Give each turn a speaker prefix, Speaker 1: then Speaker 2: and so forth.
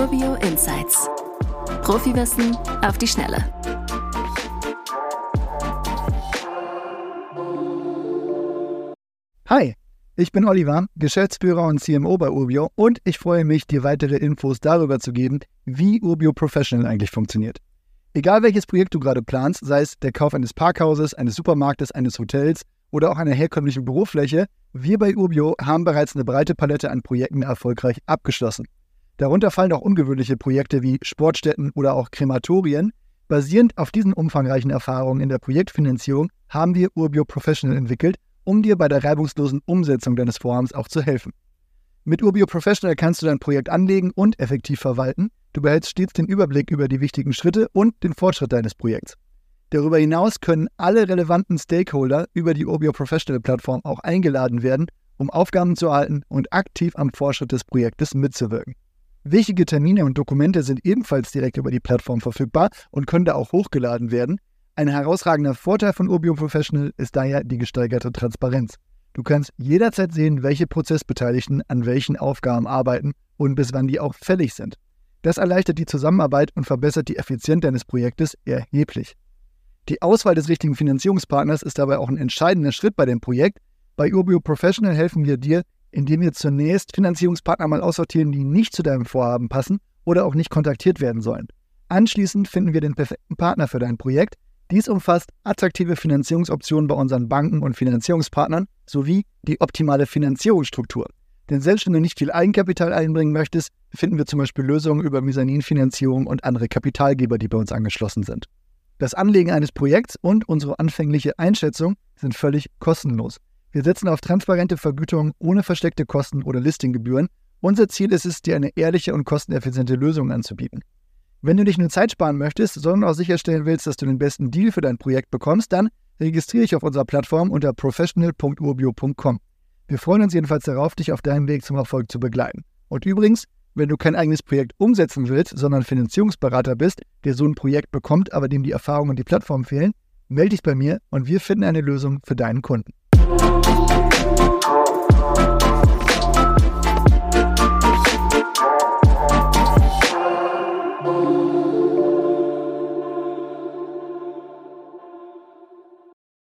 Speaker 1: Urbio Insights. Profiwissen auf die Schnelle.
Speaker 2: Hi, ich bin Oliver, Geschäftsführer und CMO bei Urbio und ich freue mich, dir weitere Infos darüber zu geben, wie Urbio Professional eigentlich funktioniert. Egal welches Projekt du gerade planst, sei es der Kauf eines Parkhauses, eines Supermarktes, eines Hotels oder auch einer herkömmlichen Bürofläche, wir bei Urbio haben bereits eine breite Palette an Projekten erfolgreich abgeschlossen. Darunter fallen auch ungewöhnliche Projekte wie Sportstätten oder auch Krematorien. Basierend auf diesen umfangreichen Erfahrungen in der Projektfinanzierung haben wir Urbio Professional entwickelt, um dir bei der reibungslosen Umsetzung deines Vorhabens auch zu helfen. Mit Urbio Professional kannst du dein Projekt anlegen und effektiv verwalten. Du behältst stets den Überblick über die wichtigen Schritte und den Fortschritt deines Projekts. Darüber hinaus können alle relevanten Stakeholder über die Urbio Professional Plattform auch eingeladen werden, um Aufgaben zu erhalten und aktiv am Fortschritt des Projektes mitzuwirken. Wichtige Termine und Dokumente sind ebenfalls direkt über die Plattform verfügbar und können da auch hochgeladen werden. Ein herausragender Vorteil von Urbio Professional ist daher die gesteigerte Transparenz. Du kannst jederzeit sehen, welche Prozessbeteiligten an welchen Aufgaben arbeiten und bis wann die auch fällig sind. Das erleichtert die Zusammenarbeit und verbessert die Effizienz deines Projektes erheblich. Die Auswahl des richtigen Finanzierungspartners ist dabei auch ein entscheidender Schritt bei dem Projekt. Bei Urbio Professional helfen wir dir, indem wir zunächst Finanzierungspartner mal aussortieren, die nicht zu deinem Vorhaben passen oder auch nicht kontaktiert werden sollen. Anschließend finden wir den perfekten Partner für dein Projekt. Dies umfasst attraktive Finanzierungsoptionen bei unseren Banken und Finanzierungspartnern sowie die optimale Finanzierungsstruktur. Denn selbst wenn du nicht viel Eigenkapital einbringen möchtest, finden wir zum Beispiel Lösungen über Mezzaninfinanzierung und andere Kapitalgeber, die bei uns angeschlossen sind. Das Anlegen eines Projekts und unsere anfängliche Einschätzung sind völlig kostenlos. Wir setzen auf transparente Vergütung ohne versteckte Kosten oder Listinggebühren. Unser Ziel ist es, dir eine ehrliche und kosteneffiziente Lösung anzubieten. Wenn du nicht nur Zeit sparen möchtest, sondern auch sicherstellen willst, dass du den besten Deal für dein Projekt bekommst, dann registriere dich auf unserer Plattform unter professional.urbio.com. Wir freuen uns jedenfalls darauf, dich auf deinem Weg zum Erfolg zu begleiten. Und übrigens, wenn du kein eigenes Projekt umsetzen willst, sondern Finanzierungsberater bist, der so ein Projekt bekommt, aber dem die Erfahrung und die Plattform fehlen, melde dich bei mir und wir finden eine Lösung für deinen Kunden.